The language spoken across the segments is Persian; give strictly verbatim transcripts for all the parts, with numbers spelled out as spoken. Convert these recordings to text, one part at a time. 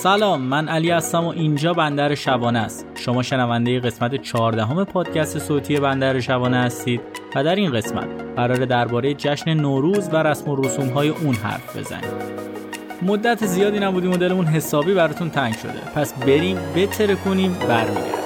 سلام، من علی هستم و اینجا بندر شبانه است. شما شنونده قسمت چهاردهم پادکست صوتی بندر شبانه هستید و در این قسمت قراره درباره جشن نوروز و رسم و رسوم‌های اون حرف بزنیم. مدت زیادی نبودیم و دلمون حسابی براتون تنگ شده، پس بریم بتره کنیم برمیگردیم.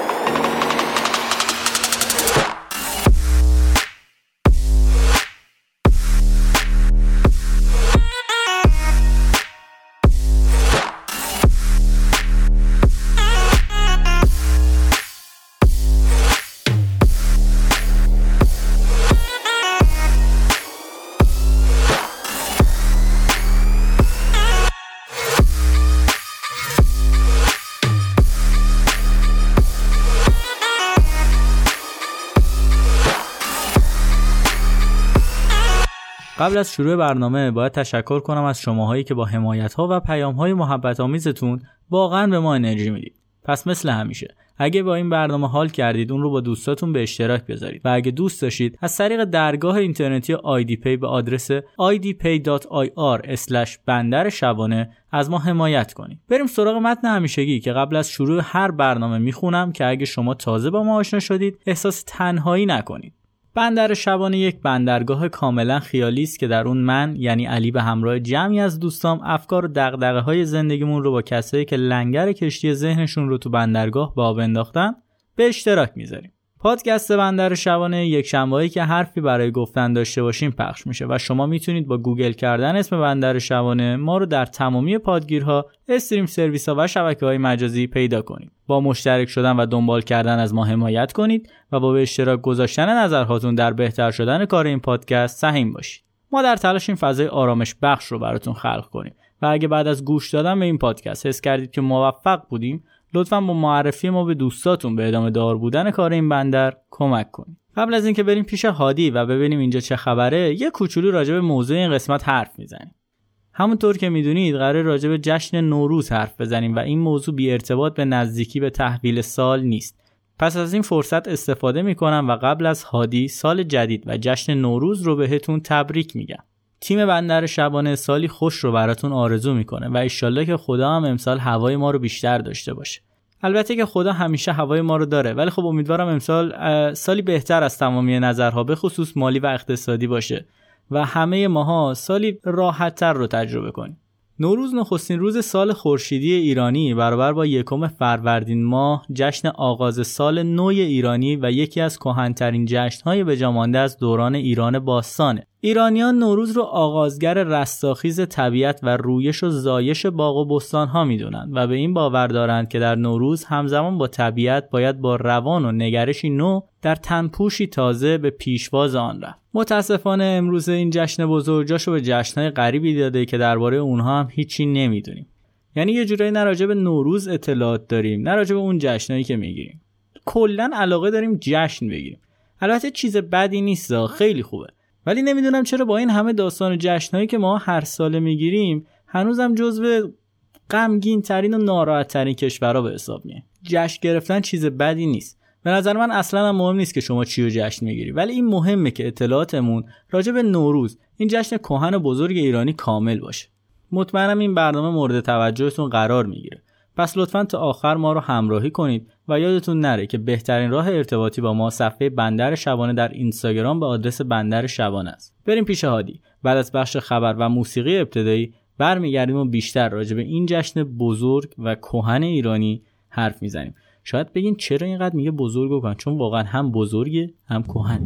قبل از شروع برنامه باید تشکر کنم از شماهایی که با حمایت‌ها و پیام‌های محبت‌آمیزتون واقعاً به ما انرژی میدید. پس مثل همیشه اگه با این برنامه حال کردید اون رو با دوستاتون به اشتراک بذارید و اگه دوست داشتید از طریق درگاه اینترنتی آیدی پی به آدرس آی دی پی دات آی آر اسلش بندر شبانه از ما حمایت کنید. بریم سراغ متن همیشگی که قبل از شروع هر برنامه میخونم که اگه شما تازه با ما آشنا شدید احساس تنهایی نکنید. بندر شبانه یک بندرگاه کاملا خیالی است که در اون من یعنی علی به همراه جمعی از دوستام افکار و دغدغه‌های زندگیمون رو با کسایی که لنگر کشتی ذهنشون رو تو بندرگاه به آب انداختن به اشتراک میذاریم. پادکست بندر شبانه یک شنبه‌ای که حرفی برای گفتن داشته باشیم پخش میشه و شما میتونید با گوگل کردن اسم بندر شبانه ما رو در تمامی پادگیرها، استریم سرویس‌ها و شبکه‌های مجازی پیدا کنید. با مشترک شدن و دنبال کردن از ما حمایت کنید و با به اشتراک گذاشتن نظرهاتون در بهتر شدن کار این پادکست سهیم باشید. ما در تلاش این فضای آرامش بخش رو براتون خلق کنیم و اگه بعد از گوش دادن به این پادکست حس کردید که موفق بودیم، لطفاً با معرفی ما به دوستاتون به ادامه دار بودن کار این بندر کمک کنید. قبل از اینکه بریم پیش هادی و ببینیم اینجا چه خبره، یه کوچولو راجع به موضوع این قسمت حرف میزنیم. همونطور که میدونید قراره راجع به جشن نوروز حرف بزنیم و این موضوع بی ارتباط به نزدیکی به تحویل سال نیست. پس از این فرصت استفاده میکنم و قبل از هادی سال جدید و جشن نوروز رو بهتون تبریک میگم. تیم بندر شبانه سالی خوش رو براتون آرزو میکنه و انشالله که خدا هم امسال هوای ما رو بیشتر داشته باشه. البته که خدا همیشه هوای ما رو داره، ولی خب امیدوارم امسال سالی بهتر از تمامی نظرها به خصوص مالی و اقتصادی باشه و همه ماها سالی راحت‌تر رو تجربه کنیم. نوروز نخستین روز سال خورشیدی ایرانی برابر با یکم فروردین ماه جشن آغاز سال نو ایرانی و یکی از کهن‌ترین جشن‌های بجامانده از دوران ایران باستانه. ایرانیان نوروز رو آغازگر رستاخیز طبیعت و رویش و زایش باغ و بستان‌ها می‌دونن و به این باور دارند که در نوروز همزمان با طبیعت باید با روان و نگرشی نو در تنپوشی تازه به پیشواز آن رفت. متاسفانه امروز این جشن بزرگ جاشو به جشن‌های غریبی داده که درباره اونها هم هیچی نمی‌دونیم. یعنی یه جورایی نه راجع به نوروز اطلاعات داریم، نه راجع به اون جشنایی که می‌گیریم. کلاً علاقه داریم جشن بگیریم. البته چیز بدی نیست، خیلی خوبه. ولی نمیدونم چرا با این همه داستان جشنایی که ما هر ساله میگیریم هنوزم جزو غمگین ترین و ناراحت ترین کشورها به حساب میاد. جشن گرفتن چیز بدی نیست. به نظر من اصلا هم مهم نیست که شما چی رو جشن میگیری، ولی این مهمه که اطلاعاتمون راجع به نوروز، این جشن کهن و بزرگ ایرانی کامل باشه. مطمئنم این برنامه مورد توجهتون قرار میگیره. پس لطفاً تا آخر ما رو همراهی کنید و یادتون نره که بهترین راه ارتباطی با ما صفحه بندر شبانه در اینستاگرام به آدرس بندر شبانه است. بریم پیش هادی. بعد از بخش خبر و موسیقی ابتدایی برمیگردیم و بیشتر راجع به این جشن بزرگ و کهن ایرانی حرف میزنیم. شاید بگین چرا اینقدر میگه بزرگ و کهن؟ چون واقعا هم بزرگه هم کهن.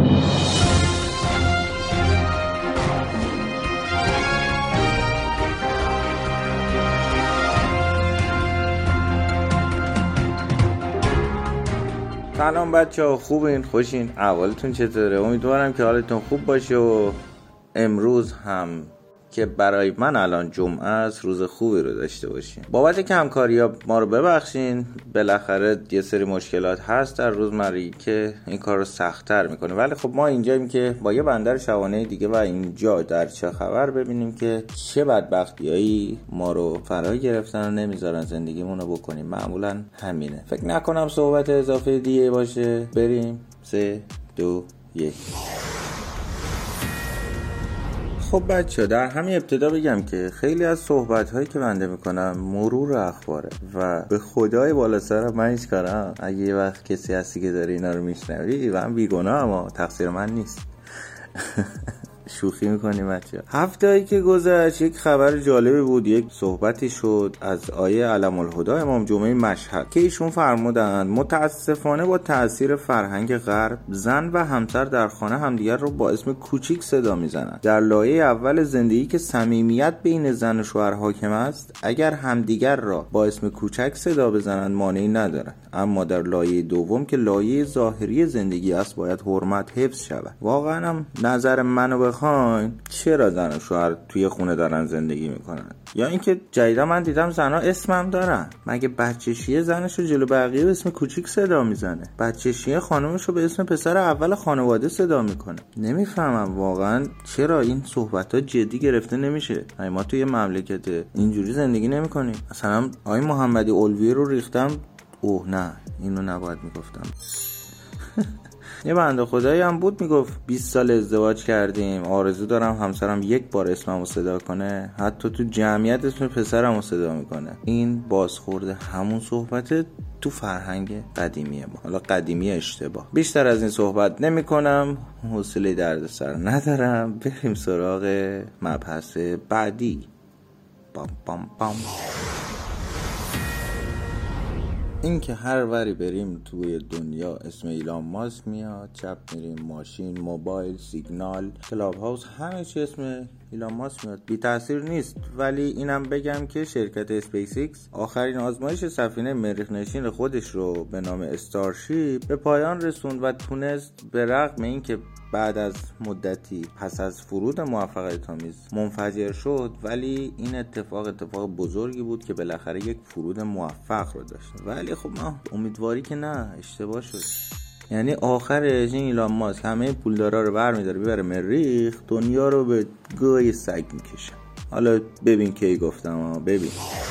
سلام بچه‌ها، خوبین؟ خوشین؟ احوالتون چطوره؟ امیدوارم که حالتون خوب باشه و امروز هم که برای من الان جمعه است روز خوبی رو داشته باشین. بابت کمکاری‌ها ما رو ببخشین، بالاخره یه سری مشکلات هست در روزمرگی که این کار رو سخت‌تر میکنه، ولی خب ما اینجاییم که با یه بندر شبانه دیگه و اینجا در چه خبر ببینیم که چه بدبختیایی ما رو فرا گرفتن و نمیذارن زندگیمون رو بکنیم. معمولا همینه. فکر نکنم صحبت اضافه دیگه باشه. بریم. سه دو یک. خب بچه در همین ابتدا بگم که خیلی از صحبت هایی که بنده میکنم مرور اخباره و به خدای بالا سرم من هیچ کارم. اگه یه وقت کسی هستی که داره اینا رو میشنوی من بیگناه، اما تقصیر من نیست. شوخی میکنیم بچه. هفته‌ای که گذشت یک خبر جالبی بود، یک صحبتی شد از آیه علم الهدی امام جمعه مشهد که ایشون فرمودند متاسفانه با تأثیر فرهنگ غرب زن و همسر در خانه همدیگر رو با اسم کوچیک صدا میزنند. در لایه اول زندگی که صمیمیت بین زن و شوهر حاکم است، اگر همدیگر را با اسم کوچک صدا بزنند مانعی ندارد، اما در لایه دوم که لایه ظاهری زندگی است باید حرمت حفظ شود. واقعا هم نظر منو بخواین چرا زن و شوهر توی خونه دارن زندگی میکنن؟ یا اینکه جدیدا من دیدم زنها اسمم دارن. مگه بچه‌شیه زنشو جلو بقیه به اسم کوچیک صدا میزنه؟ بچه‌شیه خانومشو به اسم پسر اول خانواده صدا میکنه. نمیفهمم واقعا چرا این صحبت‌ها جدی گرفته نمیشه. ما توی مملکت اینجوری زندگی نمیکنیم. مثلا آقای محمدی اولوی رو ریختم. اوه نه اینو نباید میگفتم. یه بنده خدایی هم بود میگفت بیست سال ازدواج کردیم، آرزو دارم همسرم یک بار اسممو صدا کنه، حتی تو جمعیت اسم پسرمو صدا میکنه. این بازخورده همون صحبت تو فرهنگ قدیمیه ما. حالا قدیمی اشتباه. بیشتر از این صحبت نمی کنم، حوصله دردسر ندارم. بریم سراغ مبحث بعدی. بام بام بام. این که هر وری بریم توی دنیا اسم ایلان ماسک میاد، چپ میریم ماشین، موبایل، سیگنال، کلاب هاوس، همه چی اسم ایلان ماسک میاد. بی تاثیر نیست. ولی اینم بگم که شرکت اسپیس ایکس آخرین آزمایش سفینه مریخ نشین خودش رو به نام استارشیپ به پایان رسوند و تونست به رغم اینکه بعد از مدتی پس از فرود موفقیت آمیز منفجر شد، ولی این اتفاق اتفاق بزرگی بود که بالاخره یک فرود موفق رو داشت. ولی خب ما امیدواری که نه، اشتباه شد. یعنی آخرش این ایلان ماسک همه پولدارا رو برمی‌داره ببره مریخ، دنیا رو به گوی سگ میکشه. حالا ببین کی گفتم، ببین.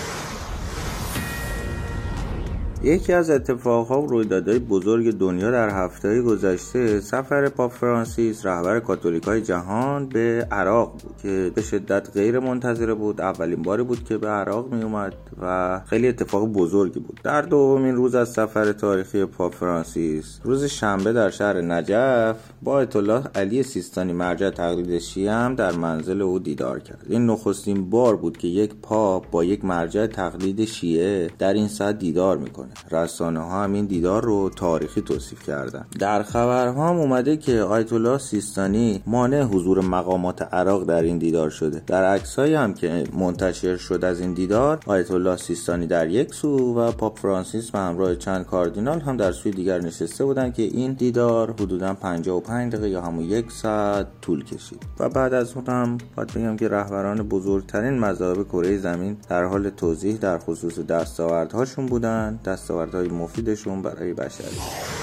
یکی از اتفاقها و رویدادهای بزرگ دنیا در هفته گذشته سفر پاپ فرانسیس رهبر کاتولیکای جهان به عراق بود که به شدت غیر منتظره بود. اولین باری بود که به عراق می اومد و خیلی اتفاق بزرگی بود. در دومین روز از سفر تاریخی پاپ فرانسیس، روز شنبه در شهر نجف، با آیت الله علی سیستانی مرجع تقلید شیعه هم در منزل او دیدار کرد. این نخستین بار بود که یک پاپ با یک مرجع تقلید شیعه در این سطح دیدار میکنه. رسانه ها هم این دیدار رو تاریخی توصیف کردن. در خبرها هم اومده که آیت الله سیستانی مانع حضور مقامات عراق در این دیدار شده. در عکسایی هم که منتشر شد از این دیدار، آیت الله سیستانی در یک سو و پاپ فرانسیس به همراه چند کاردینال هم در سوی دیگر نشسته بودن که این دیدار حدوداً پنجاه و پنج دقیقه یا همون یک ساعت طول کشید. و بعد از اون هم باید بگم که رهبران بزرگترین مذاهب کره زمین در حال توضیح در خصوص دستاوردهاشون بودن، دستاوردهای مفیدشون برای بشریت.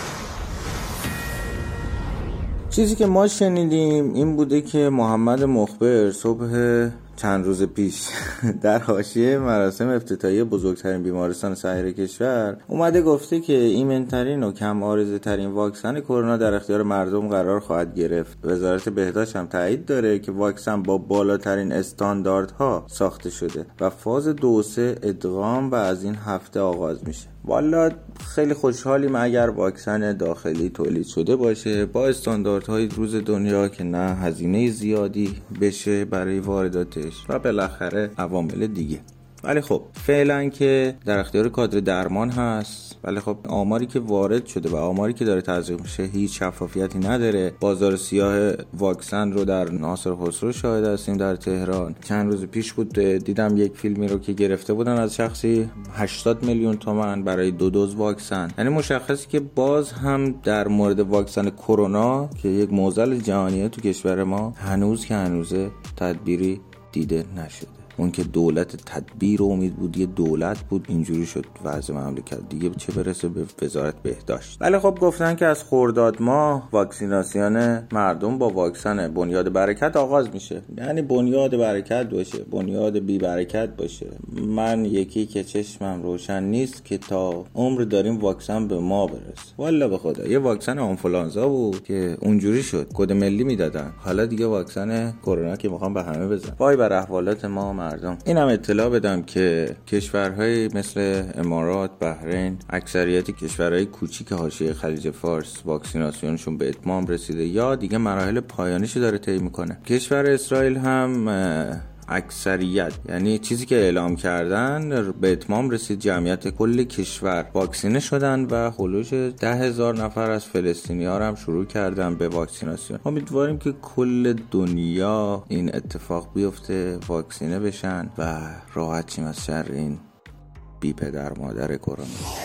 چیزی که ما شنیدیم این بوده که محمد مخبر صبح چند روز پیش در حاشیه مراسم افتتاحیه بزرگترین بیمارستان صحیح کشور اومده گفته که ایمن‌ترین و کم عارضه ترین واکسن کرونا در اختیار مردم قرار خواهد گرفت. وزارت بهداشت هم تایید داره که واکسن با بالاترین استانداردها ساخته شده و فاز دو سه ادغام و از این هفته آغاز میشه. والا خیلی خوشحالیم اگر واکسن داخلی تولید شده باشه با استانداردهای روز دنیا که نه هزینه زیادی بشه برای وارداتش و بالاخره عوامل دیگه. ولی خب فعلا که در اختیار کادر درمان هست، ولی خب آماری که وارد شده و آماری که داره تزریق میشه هیچ شفافیتی نداره. بازار سیاه واکسن رو در ناصر خسرو شاهد هستیم در تهران. چند روز پیش بود دیدم یک فیلمی رو که گرفته بودن از شخصی هشتاد میلیون تومان برای دو دوز واکسن. یعنی مشخصی که باز هم در مورد واکسن کرونا که یک معضل جهانیه تو کشور ما هنوز که هنوزه تدبیری دیده نشده. اون که دولت تدبیر و امید بود یه دولت بود، اینجوری شد وضع مملکت دیگه، چه برسه به وزارت بهداشت. ولی خب گفتن که از خرداد ماه واکسیناسیون مردم با واکسن بنیاد برکت آغاز میشه. یعنی بنیاد برکت باشه، بنیاد بی برکت باشه. من یکی که چشمم روشن نیست که تا عمر داریم واکسن به ما برسه. والله به خدا یه واکسن آنفولانزا بود که اونجوری شد کد ملی میدادن، حالا دیگه واکسن کرونا که میخوام به همه بزنن. وای بر احوالات ما مردم. اینم اطلاع بدم که کشورهای مثل امارات، بحرین، اکثریت کشورهای کوچیک حاشیه خلیج فارس واکسیناسیونشون به اتمام رسیده یا دیگه مراحل پایانیشو داره طی میکنه. کشور اسرائیل هم اکثریت، یعنی چیزی که اعلام کردن به اتمام رسید، جمعیت کل کشور واکسینه شدن و حدود ده هزار نفر از فلسطینی‌ها هم شروع کردن به واکسیناسیون. امیدواریم که کل دنیا این اتفاق بیفته، واکسینه بشن و راحت شیم از شر این بی پدر مادر کرونا.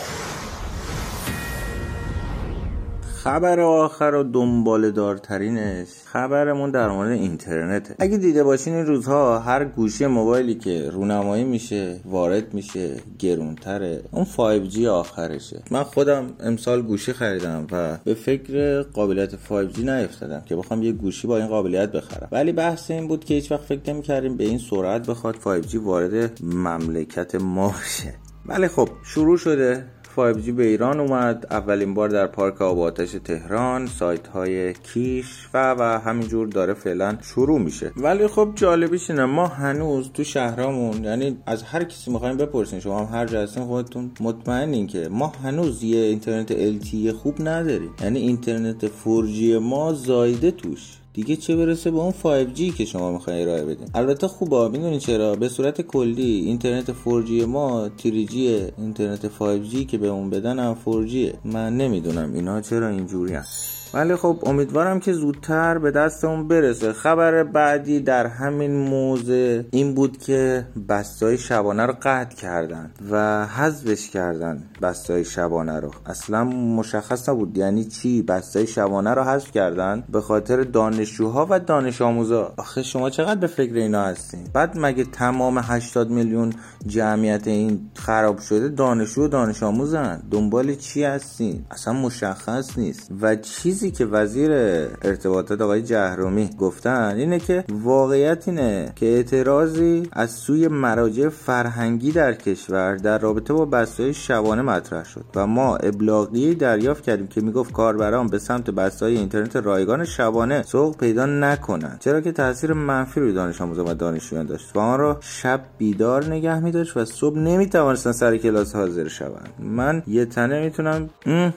خبر آخر و دنبال دارترینش خبرمون در مورد اینترنته. اگه دیده باشین این روزها هر گوشی موبایلی که رونمایی میشه وارد میشه گرونتره، اون فایو جی آخرشه. من خودم امسال گوشی خریدم و به فکر قابلیت فایو جی نیفتادم که بخوام یه گوشی با این قابلیت بخرم، ولی بحث این بود که هیچ وقت فکر نمی‌کردیم به این سرعت بخواد فایو جی وارد مملکت ما شه. ولی خب شروع شده. فایو جی به ایران اومد اولین بار در پارک آب و آتش تهران، سایت های کیش و و همینجور داره فعلا شروع میشه. ولی خب جالبیش اینه ما هنوز تو شهرامون، یعنی از هر کسی میخوایم بپرسین، شما هم هر جا هستین خودتون مطمئنین که ما هنوز یه اینترنت ال تی ای خوب نداریم. یعنی اینترنت فور جی ما زایده توش، دیگه چه برسه به اون فایو جی که شما میخواین ارائه بدین. البته خوبه، میدونین چرا؟ به صورت کلی اینترنت فور جی ما تری جیه، اینترنت فایو جی که به اون بدن هم فور جیه. من نمیدونم اینا چرا اینجوری هست، ولی خب امیدوارم که زودتر به دست اون برسه. خبر بعدی در همین موضوع این بود که بسته‌های شبانه رو قطع کردن و حذفش کردن. بسته‌های شبانه رو اصلا مشخص نبود یعنی چی. بسته‌های شبانه رو حذف کردن به خاطر دانشجوها و دانش آموزا. آخه شما چقدر به فکر اینا هستین؟ بعد مگه تمام هشتاد میلیون جمعیت این خراب شده دانشجو و دانش آموزن؟ دنبال چی هستین؟ اصلا مشخص نیست. و چیزی که وزیر ارتباطات آقای جهرومی گفتن اینه که واقعیت اینه که اعتراضی از سوی مراجع فرهنگی در کشور در رابطه با بسته‌های شبانه مطرح شد و ما ابلاغی دریافت کردیم که میگفت کاربران به سمت بسته‌های اینترنت رایگان شبانه سوق پیدا نکنند، چرا که تاثیر منفی روی دانش آموزان و دانشجویان داشت و آن را شب بیدار نگه می‌داشت و صبح نمی‌توانستن سر کلاس حاضر شوند. من یه تنه میتونم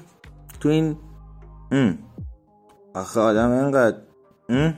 تو این ام. آخه آدم اینقدر ام؟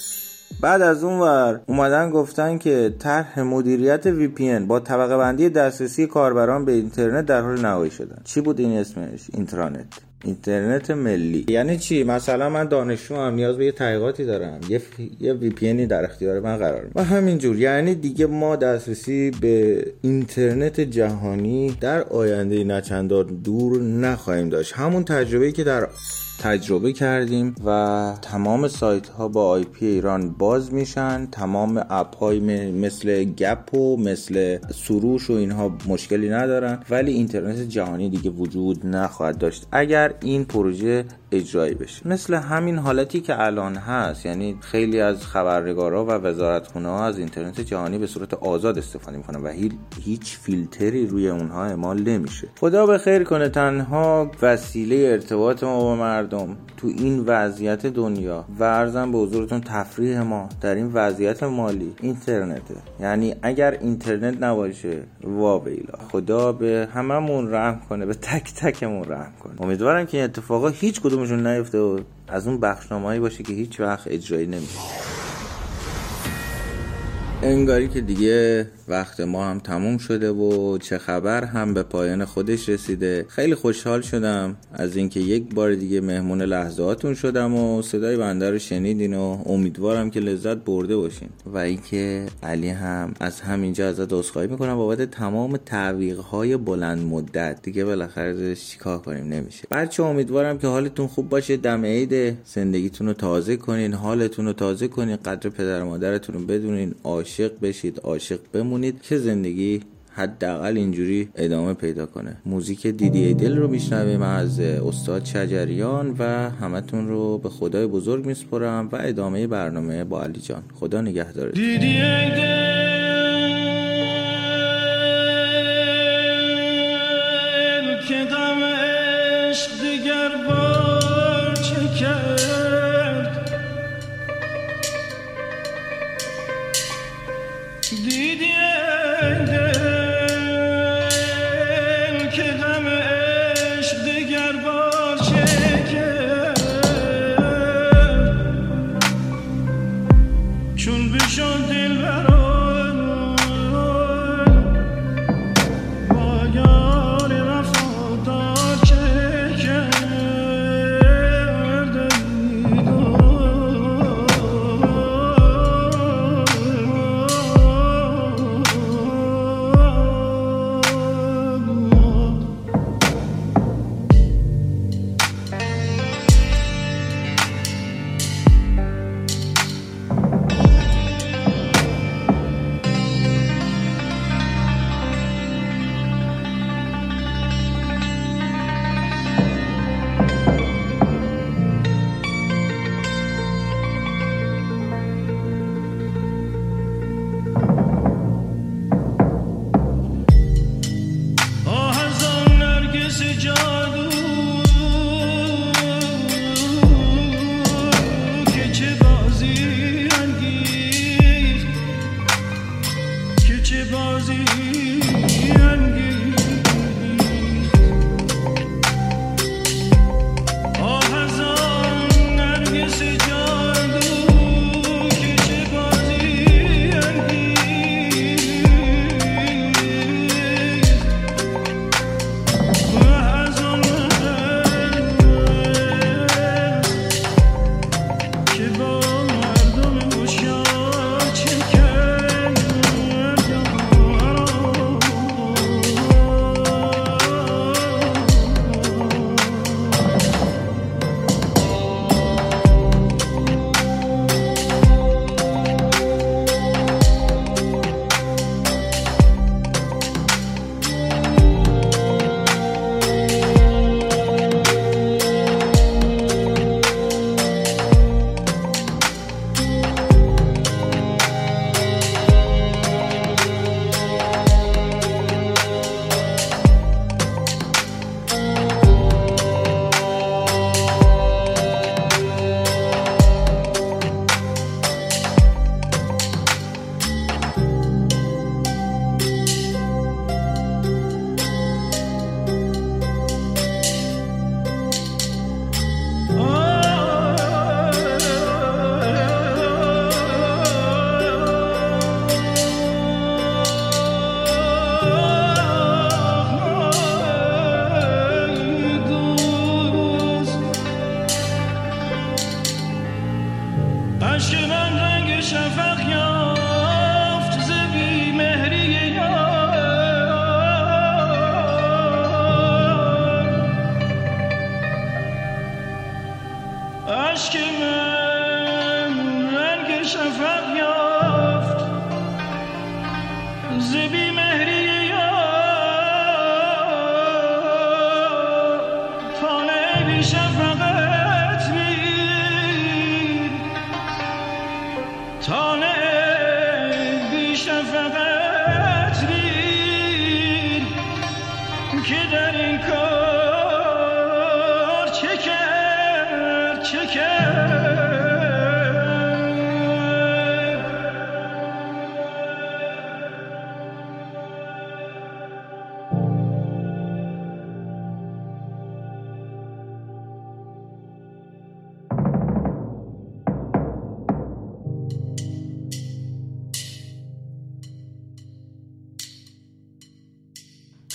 بعد از اون ور اومدن گفتن که طرح مدیریت وی پی ان با طبقه بندی دسترسی کاربران به اینترنت در حال نهایی شدن. چی بود این اسمش؟ اینترنت اینترنت ملی. یعنی چی؟ مثلا من دانشجو هم نیاز به یه تحقیقاتی دارم، یه ف... یه وی پی ان در اختیار من قرار میده و همینجور. یعنی دیگه ما دسترسی به اینترنت جهانی در آینده نچندان دور نخواهیم داشت. همون تجربه‌ای که در تجربه کردیم و تمام سایت ها با آی پی ایران باز میشن، تمام اپ های مثل گپ و مثل سروش و اینها مشکلی ندارن، ولی اینترنت جهانی دیگه وجود نخواهد داشت اگر این پروژه اجرایی بشه. مثل همین حالتی که الان هست، یعنی خیلی از خبرنگارا و وزارتخونه ها از اینترنت جهانی به صورت آزاد استفاده میکنن و هیچ فیلتری روی اونها اعمال نمیشه. خدا به خیر کنه. تنها وسیله ارتباط ما با مردم تو این وضعیت دنیا و عرضم به حضورتون تفریح ما در این وضعیت مالی اینترنته. یعنی اگر اینترنت نباشه واویلا. خدا به هممون رحم کنه، به تک تکمون رحم کنه. امیدوارم که این اتفاقا هیچ کدومشون نیفته و از اون بخشنامه‌ای باشه که هیچ وقت اجرایی نمیشه. انگاری که دیگه وقت ما هم تموم شده و چه خبر هم به پایان خودش رسیده. خیلی خوشحال شدم از اینکه یک بار دیگه مهمون لحظاتون شدم و صدای بنده رو شنیدین و امیدوارم که لذت برده باشین و اینکه علی هم از همینجا ازت عذرخواهی میکنم بابت تمام تعویق‌های بلند مدت. دیگه بالاخره چیکار کنیم، نمیشه. بچه امیدوارم که حالتون خوب باشه. دم عید زندگیتون رو تازه کنین، حالتون رو تازه کنین، قدر پدر مادرتون رو بدونین، عاشق بشید، عاشق بمونید که زندگی حداقل اینجوری ادامه پیدا کنه. موزیک دیدی ای دل رو میشنویم از استاد شجریان و همتون رو به خدای بزرگ میسپرم و ادامه برنامه با علی جان. خدا نگهدارتون. دیدی ای دل که غم عشق دیگر بار چه کرد، دیدی ای دل که غم عشق دیگر بار چه کرد، چون بشد دل برای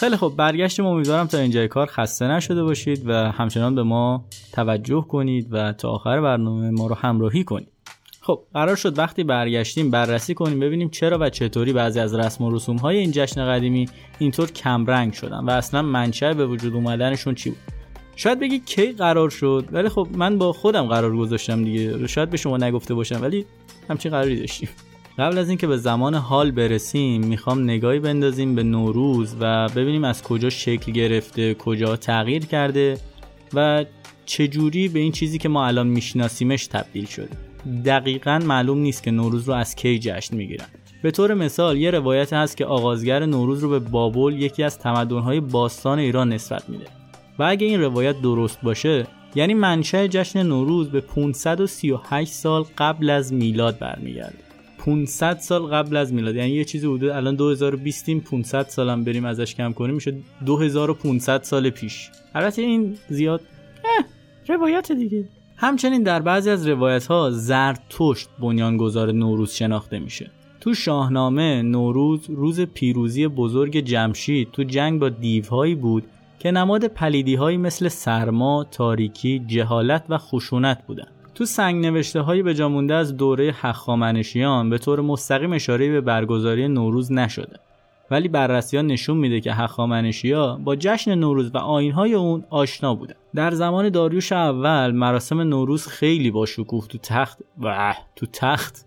خیلی خب برگشتیم. امیدوارم تا اینجای کار خسته نشده باشید و همچنان به ما توجه کنید و تا آخر برنامه ما رو همراهی کنید. خب قرار شد وقتی برگشتیم بررسی کنیم ببینیم چرا و چطوری بعضی از رسم و رسوم های این جشن قدیمی اینطور کم رنگ شدن و اصلا منشأ به وجود اومدنشون چی بود. شاید بگی کی قرار شد، ولی خب من با خودم قرار گذاشتم دیگه، شاید به شما نگفته باشم ولی همچین قراری داشتیم. قبل از اینکه به زمان حال برسیم میخوام نگاهی بندازیم به نوروز و ببینیم از کجا شکل گرفته، کجا تغییر کرده و چجوری به این چیزی که ما الان میشناسیمش تبدیل شده. دقیقاً معلوم نیست که نوروز رو از کی جشن میگیرن. به طور مثال یه روایت هست که آغازگر نوروز رو به بابل، یکی از تمدن‌های باستان ایران، نسبت میده و اگه این روایت درست باشه یعنی منشأ جشن نوروز به پانصد و سی و هشت سال قبل از میلاد برمیگرده. پانصد سال قبل از میلاد، یعنی یه چیزی حدود الان دو هزار و بیست یم، پانصد سالم بریم ازش کم کنیم میشه دو هزار و پانصد سال پیش. البته این زیاد اه روایت دیگه. همچنین در بعضی از روایت‌ها زرتشت بنیانگذار نوروز شناخته میشه. تو شاهنامه نوروز روز پیروزی بزرگ جمشید تو جنگ با دیوهایی بود که نماد پلیدی‌هایی مثل سرما، تاریکی، جهالت و خشونت بودن. تو سنگ نوشته‌های به جا مونده از دوره هخامنشیان به طور مستقیم اشاره‌ای به برگزاری نوروز نشده، ولی بررسی‌ها نشون میده که هخامنشی‌ها با جشن نوروز و آیین‌های اون آشنا بودن. در زمان داریوش اول مراسم نوروز خیلی با شکوه تو تخت و تو تخت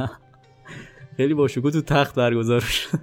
خیلی با شکوه تو تخت برگزار شد.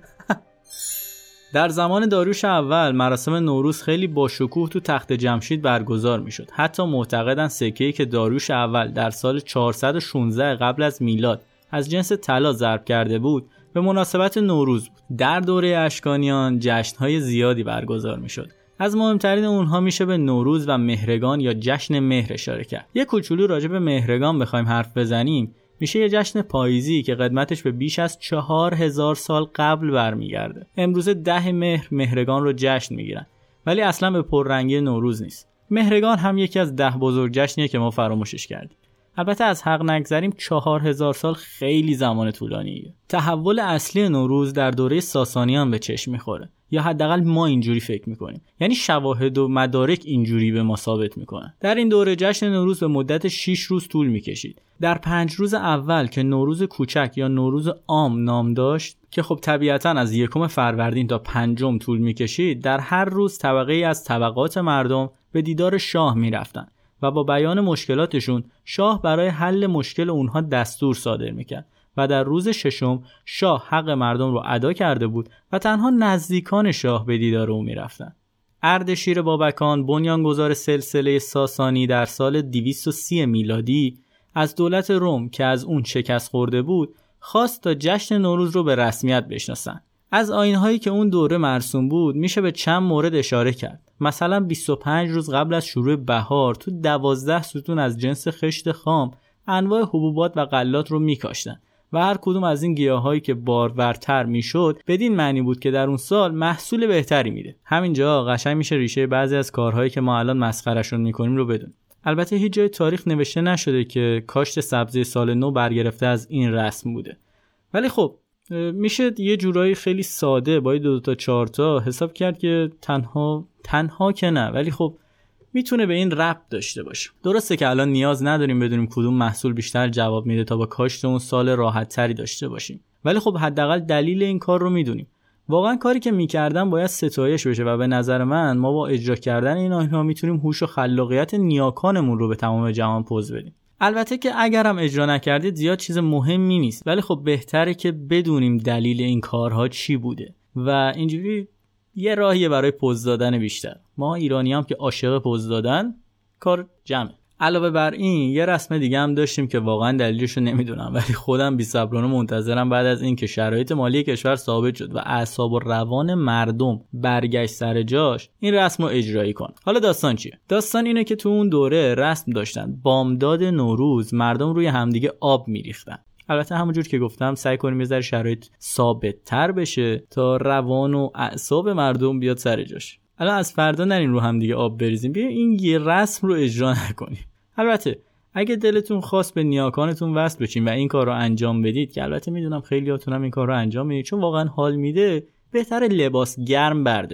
در زمان داریوش اول مراسم نوروز خیلی با شکوه تو تخت جمشید برگزار میشد. حتی معتقدن سکه‌ای که داریوش اول در سال چهارصد و شانزده قبل از میلاد از جنس طلا ضرب کرده بود به مناسبت نوروز بود. در دوره اشکانیان جشن‌های زیادی برگزار میشد. از مهمترین اونها میشه به نوروز و مهرگان یا جشن مهر اشاره کرد. یک کوچولو راجع به مهرگان بخوایم حرف بزنیم، میشه یه جشن پاییزی که قدمتش به بیش از چهار هزار سال قبل برمیگرده. امروز ده مهر مهرگان رو جشن میگیرن، ولی اصلا به پررنگی نوروز نیست. مهرگان هم یکی از ده بزرگ جشنیه که ما فراموشش کردیم. البته از حق نگذریم، چهار هزار سال خیلی زمان طولانیه. تحول اصلی نوروز در دوره ساسانیان به چشم میخوره، یا حداقل ما اینجوری فکر میکنیم، یعنی شواهد و مدارک اینجوری به ما ثابت میکنن. در این دوره جشن نوروز به مدت شش روز طول میکشید. در پنج روز اول که نوروز کوچک یا نوروز عام نام داشت، که خب طبیعتاً از یکم فروردین تا پنجم طول میکشید، در هر روز طبقه ای از طبقات مردم به دیدار شاه میرفتن و با بیان مشکلاتشون شاه برای حل مشکل اونها دستور صادر میکرد و در روز ششم شاه حق مردم رو ادا کرده بود و تنها نزدیکان شاه به دیدار او میرفتن. اردشیر بابکان، بنیانگذار سلسله ساسانی، در سال دویست و سی میلادی از دولت روم که از اون شکست خورده بود خواست تا جشن نوروز رو به رسمیت بشناسن. از آیین‌هایی که اون دوره مرسوم بود میشه به چند مورد اشاره کرد. مثلا بیست و پنج روز قبل از شروع بهار تو دوازده ستون از جنس خشت خام انواع حبوبات و غلات رو میکاشتن و هر کدوم از این گیاهایی که بارورتر میشد بدین معنی بود که در اون سال محصول بهتری میده. همینجا قشنگ میشه ریشه بعضی از کارهایی که ما الان مسخرهشون میکنیم رو بدون. البته هیچ جای تاریخ نوشته نشده که کاشت سبزی سال نو برگرفته از این رسم بوده، ولی خب میشه یه جورایی خیلی ساده با دو, دو تا چهار تا حساب کرد که تنها تنها که نه، ولی خب میتونه به این ربط داشته باشه. درسته که الان نیاز نداریم بدونیم کدوم محصول بیشتر جواب میده تا با کاشت اون سال راحت تری داشته باشیم، ولی خب حداقل دلیل این کار رو میدونیم. واقعا کاری که میکردن باید ستایش بشه و به نظر من ما با اجرا کردن این آیین‌ها میتونیم هوش و خلاقیت نیاکانمون رو به تمام جهان پوز بدیم. البته که اگرم اجرا نکردید زیاد چیز مهمی نیست، ولی خب بهتره که بدونیم دلیل این کارها چی بوده و اینجوری یه راهیه برای پوز دادن بیشتر. ما ایرانی هم که عاشق پوز دادن، کار جمعه. علاوه بر این یه رسم دیگه هم داشتیم که واقعا دلیلشو نمیدونم، ولی خودم بی‌صبرانه منتظرم بعد از این که شرایط مالی کشور ثابت شد و اعصاب و روان مردم برگشت سر جاش این رسمو اجرایی کن. حالا داستان چیه؟ داستان اینه که تو اون دوره رسم داشتن بامداد نوروز مردم روی همدیگه آب میریختن. البته همونجور که گفتم سعی کنیم یه ذره شرایط ثابت تر بشه تا روان و اعصاب مردم بیاد سر جاش. الان از فردا نرین رو هم دیگه آب بریزیم، بیا این یه رسم رو اجرا نکنیم. البته اگه دلتون خواست به نیاکانتون وصل بشین و این کار رو انجام بدید، که البته میدونم خیلیاتون هم این کار رو انجام میدید چون واقعا حال میده، بهتره لباس گرم برداریم.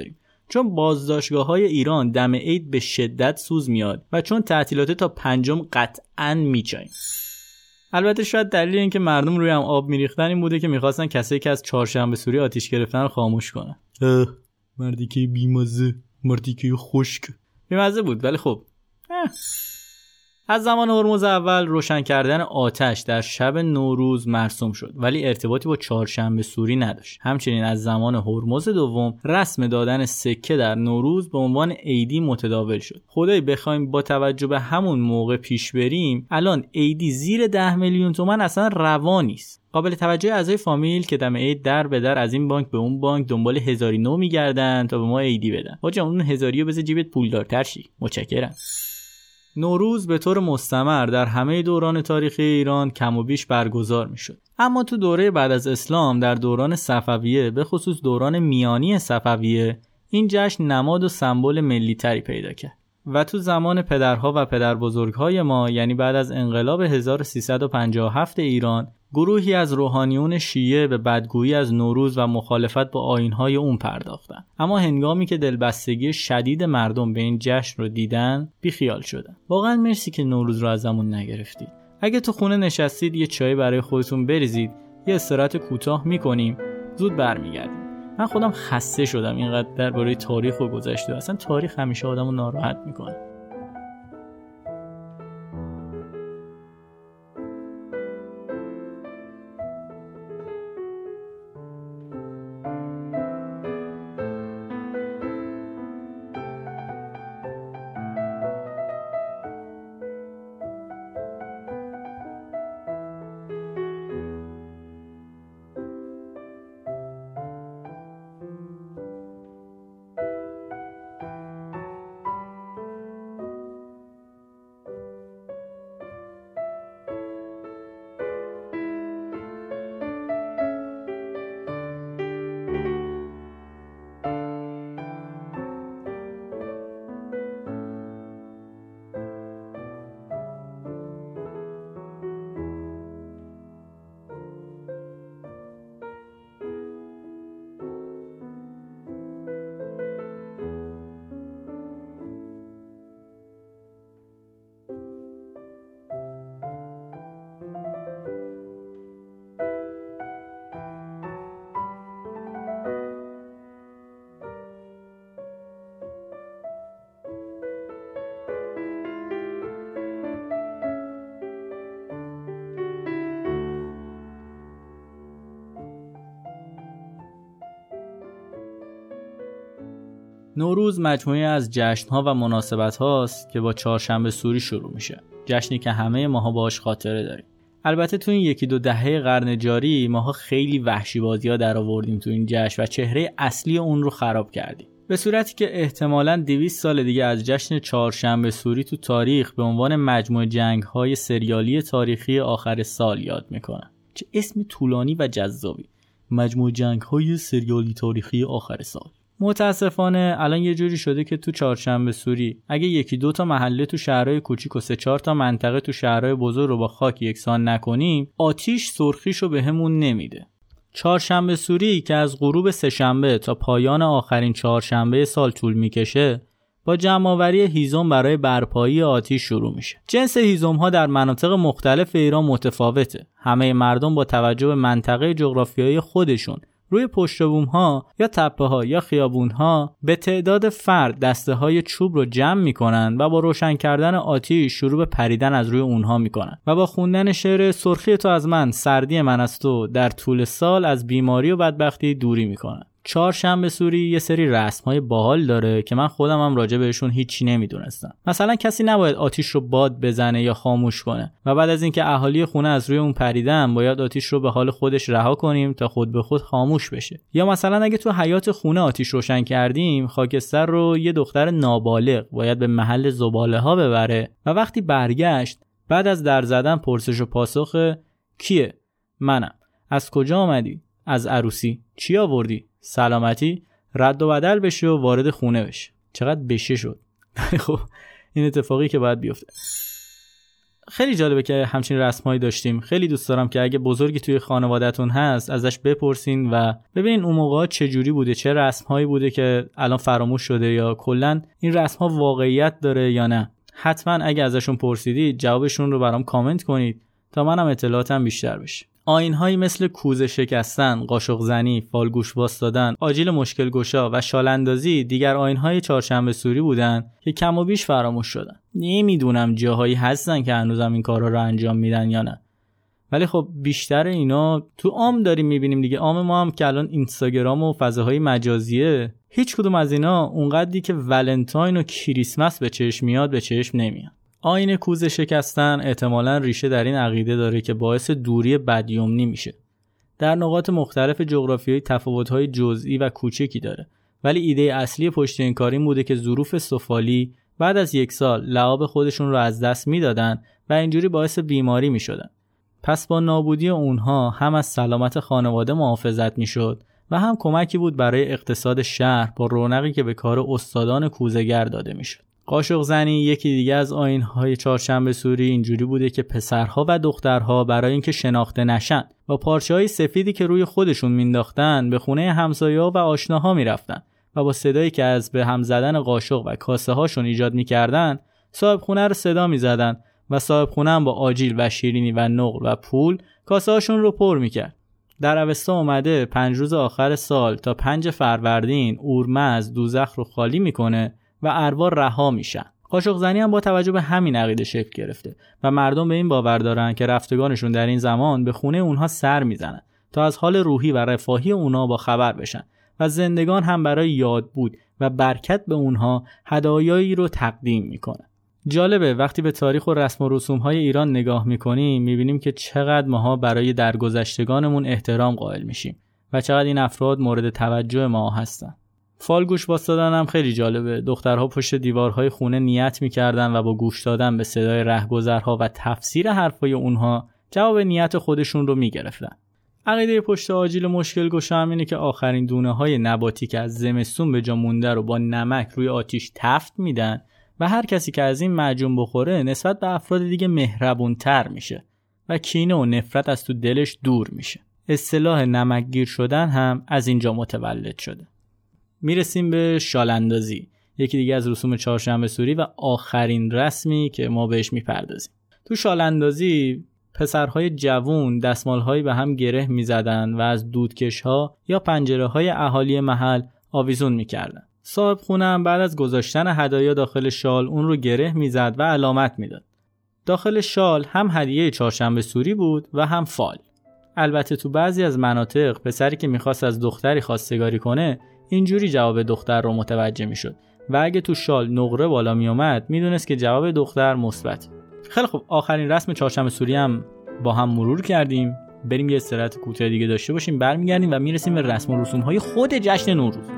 چون بازداشتگاه‌های ایران دم عید به شدت سوز میاد و چون تعطیلات تا پنجم قطعاً میچایم. البته شاید دلیل این که مردم روی هم آب میریختن این بوده که میخواستن کسایی که از چهارشنبه سوری آتیش گرفتن رو خاموش کنن. اه مردی که بیمزه، مردی که خشک. بیمزه بود ولی خب اه. از زمان هرمز اول روشن کردن آتش در شب نوروز مرسوم شد ولی ارتباطی با چهارشنبه سوری نداشت. همچنین از زمان هرمز دوم رسم دادن سکه در نوروز به عنوان عیدی متداول شد. خدای بخوایم با توجه به همون موقع پیش بریم الان عیدی زیر ده میلیون تومان اصلا روا نیست. قابل توجه اعضای فامیل که دم عید در به در از این بانک به اون بانک دنبال هزاری نو میگردن تا به ما عیدی بدن. آقا اون هزاریو بذار جیبت پولدارتر شی. متشکرم. نوروز به طور مستمر در همه دوران تاریخی ایران کم و بیش برگزار می شد. اما تو دوره بعد از اسلام در دوران صفویه به خصوص دوران میانی صفویه این جشن نماد و سمبل ملی تری پیدا کرد و تو زمان پدرها و پدربزرگهای ما یعنی بعد از انقلاب هزار و سیصد و پنجاه و هفت ایران گروهی از روحانیون شیعه به بدگویی از نوروز و مخالفت با آیین‌های اون پرداختن. اما هنگامی که دلبستگی شدید مردم به این جشن رو دیدن بیخیال شدن. واقعا مرسی که نوروز رو ازمون نگرفتید. اگه تو خونه نشستید یه چای برای خودتون بریزید، یه استراحت کوتاه میکنیم، زود برمیگردیم. من خودم خسته شدم اینقدر درباره تاریخ و گذشته. اصلا تاریخ همیشه آدمو ناراحت میکنه. نوروز مجموعه از جشن‌ها و مناسبت‌هاست که با چهارشنبه سوری شروع میشه. جشنی که همه ماها باهاش خاطره داریم. البته تو این یکی دو دهه قرن جاری ماها خیلی وحشی بازی‌ها در آوردیم تو این جشن و چهره اصلی اون رو خراب کردیم. به صورتی که احتمالاً دویست سال دیگه از جشن چهارشنبه سوری تو تاریخ به عنوان مجموعه جنگ‌های سریالی تاریخی آخر سال یاد میکنن. چه اسم طولانی و جذابی. مجموعه جنگ‌های سریالی تاریخی آخر سال. متاسفانه الان یه جوری شده که تو چهارشنبه سوری اگه یکی دو تا محله تو شهرهای کوچیک و سه چهار تا منطقه تو شهرهای بزرگ رو با خاک یکسان نکنیم آتیش سرخیشو بهمون نمیده. چهارشنبه سوری که از غروب سه‌شنبه تا پایان آخرین چهارشنبه سال طول میکشه با جمع‌آوری هیزم برای برپایی آتیش شروع میشه. جنس هیزم‌ها در مناطق مختلف ایران متفاوته. همه مردم با توجه به منطقه جغرافیایی خودشون روی پشت بوم‌ها یا تپه‌ها یا خیابون‌ها به تعداد فرد دسته‌های چوب رو جمع می‌کنن و با روشن کردن آتیش شروع به پریدن از روی اونها می‌کنن و با خوندن شعر سرخی تو از من سردی من از تو در طول سال از بیماری و بدبختی دوری می‌کنن. چهارشنبه سوری یه سری رسم‌های باحال داره که من خودم هم راجع بهشون هیچی نمیدونستم. مثلا کسی نباید آتیش رو باد بزنه یا خاموش کنه و بعد از اینکه اهالی خونه از روی اون پریدن باید آتیش رو به حال خودش رها کنیم تا خود به خود خاموش بشه. یا مثلا اگه تو حیاط خونه آتیش روشن کردیم خاکستر رو یه دختر نابالغ باید به محل زباله‌ها ببره و وقتی برگشت بعد از در زدن پرسش و پاسخ کیه؟ منم. از کجا آمدی؟ از عروسی. چی آوردی؟ سلامتی؟ رد و بدل بشه و وارد خونه بشه. چقدر بشه شد. خب این اتفاقی که باید بیفته. خیلی جالبه که همچین رسمایی داشتیم. خیلی دوست دارم که اگه بزرگی توی خانواده‌تون هست ازش بپرسین و ببینین اون موقع چه جوری بوده، چه رسمایی بوده که الان فراموش شده یا کلاً این رسم‌ها واقعیت داره یا نه. حتما اگه ازشون پرسیدید جوابشون رو برام کامنت کنید تا منم اطلاعاتم بیشتر بشه. آیین‌هایی مثل کوزه شکستن، قاشق زنی، فالگوش واسطادن، آجیل مشکل گشا و شالاندازی دیگر آیین‌های چهارشنبه سوری بودن که کم و بیش فراموش شدن. نمیدونم جاهایی هستن که هنوزم این کارا رو انجام میدن یا نه. ولی خب بیشتر اینا تو عام داریم میبینیم دیگه. عام ما هم که الان اینستاگرام و فضاهای مجازیه، هیچ کدوم از اینا اونقدری که ولنتاین و کریسمس به چشم میاد به چشم نمیاد. آیین کوزه شکستن احتمالاً ریشه در این عقیده داره که باعث دوری بدیومنی میشه. در نقاط مختلف جغرافیایی تفاوت‌های جزئی و کوچکی داره، ولی ایده اصلی پشت این کار این بوده که ظروف سفالی بعد از یک سال لعاب خودشون رو از دست میدادن و اینجوری باعث بیماری میشدن. پس با نابودی اونها هم از سلامت خانواده محافظت میشد و هم کمکی بود برای اقتصاد شهر با رونقی که به کار استادان کوزه‌گر داده میشد. قاشق زنی یکی دیگه از آیین‌های چهارشنبه سوری اینجوری بوده که پسرها و دخترها برای اینکه شناخته نشن با پارچه‌های سفیدی که روی خودشون مینداختن به خونه همسایه‌ها و آشناها میرفتن و با صدایی که از به هم زدن قاشق و کاسه هاشون ایجاد میکردن صاحب خونه رو صدا میزدن و صاحب خونه هم با آجیل و شیرینی و نقل و پول کاسه هاشون رو پر میکرد. در اوستا اومده پنج روز آخر سال تا پنج فروردین اورمزد دوزخ رو خالی میکنه و ارواح رها میشن. قاشق زنی هم با توجه به همین عقیده شکل گرفته و مردم به این باور دارن که رفتگانشون در این زمان به خونه اونها سر میزنن تا از حال روحی و رفاهی اونها با خبر بشن و زندگان هم برای یاد بود و برکت به اونها هدایایی رو تقدیم میکنن. جالبه وقتی به تاریخ و رسم و رسوم‌های ایران نگاه میکنیم میبینیم که چقدر ماها برای درگذشتگانمون احترام قائل میشیم و چقدر این افراد مورد توجه ما هستن. فال گوش واسطادن هم خیلی جالبه. دخترها پشت دیوارهای خونه نیت میکردن و با گوش دادن به صدای رهگذرها و تفسیر حرفای اونها جواب نیت خودشون رو میگرفتن. عقیده پشت آجیل مشکل گشا هم اینه که آخرین دونه های نباتی که از زمستون به جا مونده رو با نمک روی آتیش تفت میدن و هر کسی که از این معجون بخوره نسبت به افراد دیگه مهربونتر میشه و کینه و نفرت از تو دلش دور میشه. اصطلاح نمکگیر شدن هم از اینجا متولد شده. میرسیم به شالاندازی، یکی دیگه از رسوم چهارشنبه سوری و آخرین رسمی که ما بهش میپردازیم. تو شالاندازی پسرهای جوون دستمالهایی به هم گره میزدن و از دودکشها یا پنجره‌های اهالی محل آویزون میکردن. صاحب خونه هم بعد از گذاشتن هدایا داخل شال اون رو گره میزد و علامت میداد. داخل شال هم هدیه چهارشنبه سوری بود و هم فال. البته تو بعضی از مناطق پسری که میخواست از دختری خواستگاری کنه اینجوری جواب دختر رو متوجه میشد و اگه تو شال نقره بالا میومد میدونست که جواب دختر مثبت. خیلی خب آخرین رسم چهارشنبه سوری هم با هم مرور کردیم. بریم یه استراحت کوتاه دیگه داشته باشیم، برمیگردیم و میرسیم به رسم و رسوم‌های خود جشن نوروز.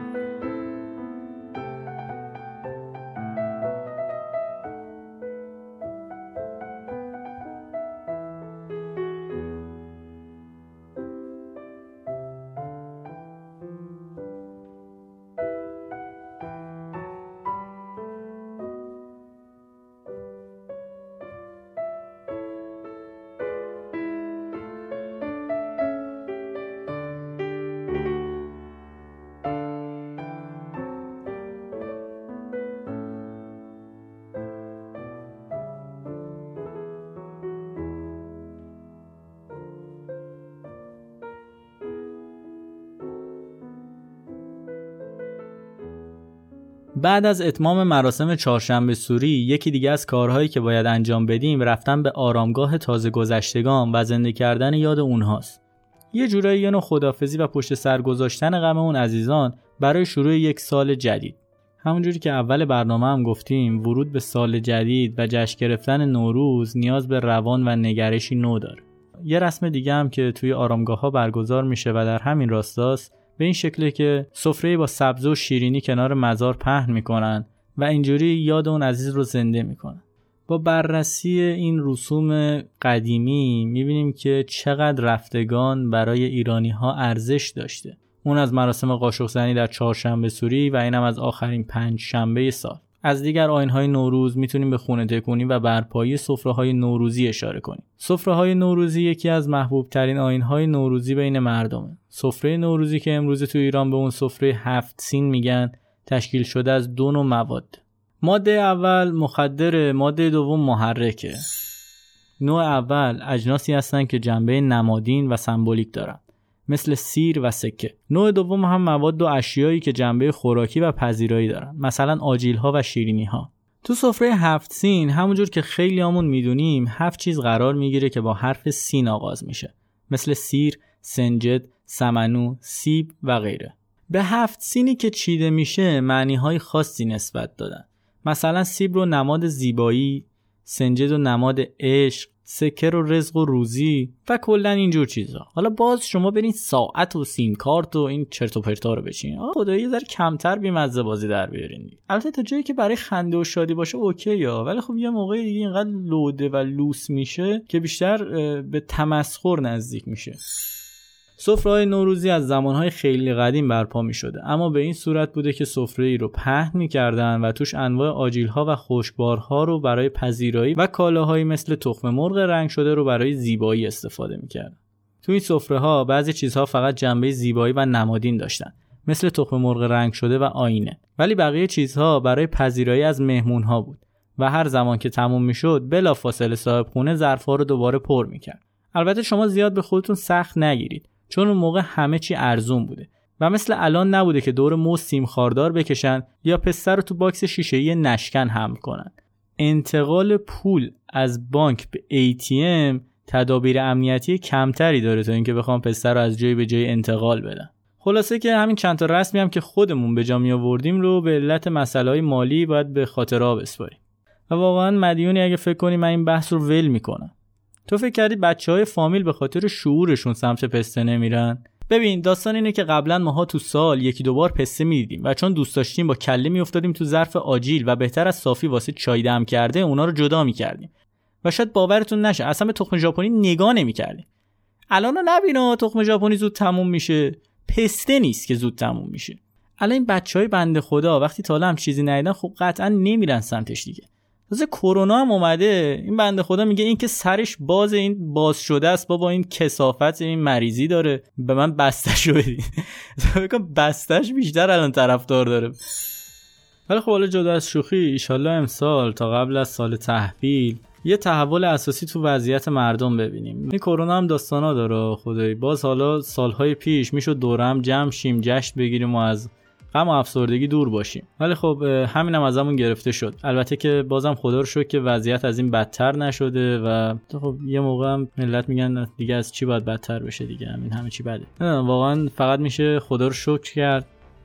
بعد از اتمام مراسم چهارشنبه سوری یکی دیگه از کارهایی که باید انجام بدیم رفتن به آرامگاه تازه گذشتگان و زنده کردن یاد اونهاست. یه جورایی یه نوع خداحافظی و پشت سر گذاشتن غم اون عزیزان برای شروع یک سال جدید. همونجوری که اول برنامه هم گفتیم ورود به سال جدید و جشن گرفتن نوروز نیاز به روان و نگرشی نو داره. یه رسم دیگه هم که توی آرامگاه‌ها برگزار میشه و در همین راستاست به این شکله که سفره با سبزه و شیرینی کنار مزار پهن میکنن و اینجوری یاد اون عزیز رو زنده میکنن. با بررسی این رسوم قدیمی میبینیم که چقدر رفتگان برای ایرانی ها ارزش داشته. اون از مراسم قاشق زنی در چهارشنبه سوری و اینم از آخرین پنج شنبه سال. از دیگر آیین‌های نوروز میتونیم به خونه تکونی و برپایی سفره‌های نوروزی اشاره کنیم. سفره‌های نوروزی یکی از محبوب‌ترین آیین‌های نوروزی بین مردمه. سفره نوروزی که امروز تو ایران به اون سفره هفت سین میگن، تشکیل شده از دو نوع مواد. ماده اول مخدر، ماده دوم محرکه. نوع اول اجناسی هستن که جنبه نمادین و سمبولیک دارن، مثل سیر و سکه. نوع دوم هم مواد و اشیایی که جنبه خوراکی و پذیرایی دارن، مثلا آجیل‌ها و شیرینی‌ها. تو سفره هفت سین همونجور که خیلی همون میدونیم هفت چیز قرار میگیره که با حرف سین آغاز میشه، مثل سیر، سنجد، سمنو، سیب و غیره. به هفت سینی که چیده میشه معنی‌های خاصی نسبت دادن. مثلا سیب رو نماد زیبایی، سنجد رو نماد عشق، سکه رو رزق و روزی و کلا اینجور چیزا. حالا باز شما برین ساعت و سیم کارت و این چرت و پرتا رو بچین. آ خدایی یه ذره کمتر بی‌مزه بازی در بیارین. البته تا جایی که برای خنده و شادی باشه اوکی یا، ولی خب یه موقع دیگه اینقدر لوده و لوس میشه که بیشتر به تمسخر نزدیک میشه. سفره‌های نوروزی از زمانهای خیلی قدیم برپا می‌شده، اما به این صورت بوده که سفره‌ای رو پهن می‌کردن و توش انواع آجیل‌ها و خشکبارها رو برای پذیرایی و کالاهایی مثل تخم مرغ رنگ شده رو برای زیبایی استفاده می‌کردن. تو این سفره‌ها بعضی چیزها فقط جنبه زیبایی و نمادین داشتن، مثل تخم مرغ رنگ شده و آینه، ولی بقیه چیزها برای پذیرایی از مهمون‌ها بود و هر زمان که تموم می‌شد بلافاصله صاحب خونه ظرف‌ها رو دوباره پر می‌کرد. البته شما زیاد به خودتون سخت نگیرید، چون اون موقع همه چی ارزون بوده و مثل الان نبوده که دور مو سیم خاردار بکشن یا پسته رو تو باکس شیشه‌ای نشکن حمل کنن. انتقال پول از بانک به ای تی ام تدابیر امنیتی کمتری داره تا اینکه بخوام پسته رو از جای به جای انتقال بدن. خلاصه که همین چند تا رسمی هم که خودمون به جا می آوردیم رو به علت مسائل مالی باید به خاطر آب بسپاریم. و واقعا مدیونی اگه فکر کنی من این بحث رو ول میکنم. تو فکر کردی بچه‌های فامیل به خاطر شعورشون سمت پسته نمیرن؟ ببین داستان اینه که قبلا ماها تو سال یکی دو بار پسته میدیدیم و چون دوست داشتیم با کله میافتادیم تو ظرف آجیل و بهتر از صافی واسه چای دم کرده اونا رو جدا میکردیم و شاید باورتون نشه اصلا به تخم ژاپنی نگاه نمیکردیم. الانو نبینا تخم ژاپنی زود تموم میشه، پسته نیست که زود تموم میشه. الان این بچهای بنده خدا وقتی تا حالا هم چیزی ندیدن خب قطعا نمیرن سمتش دیگه. تازه کرونا هم اومده، این بنده خدا میگه این که سرش باز، این باز شده است بابا، این کثافت، این مریضی داره، به من بستش رو بدین. بگم بستش بیشتر الان طرفدار داره. ولی خب حالا جدا از شوخی، ایشالله امسال تا قبل از سال تحویل یه تحول اساسی تو وضعیت مردم ببینیم. این کرونا هم داستانا داره خدایی. باز حالا سالهای پیش میشد دوره هم جمع شیم، جشن بگیریم و از غم و افسردگی دور باشیم، ولی خب همینم از همون گرفته شد. البته که بازم خدا رو شکر که وضعیت از این بدتر نشده و خب یه موقع هم ملت میگن دیگه از چی باید بدتر بشه دیگه، همین همه چی بده. واقعا فقط میشه خدا رو شکر کرد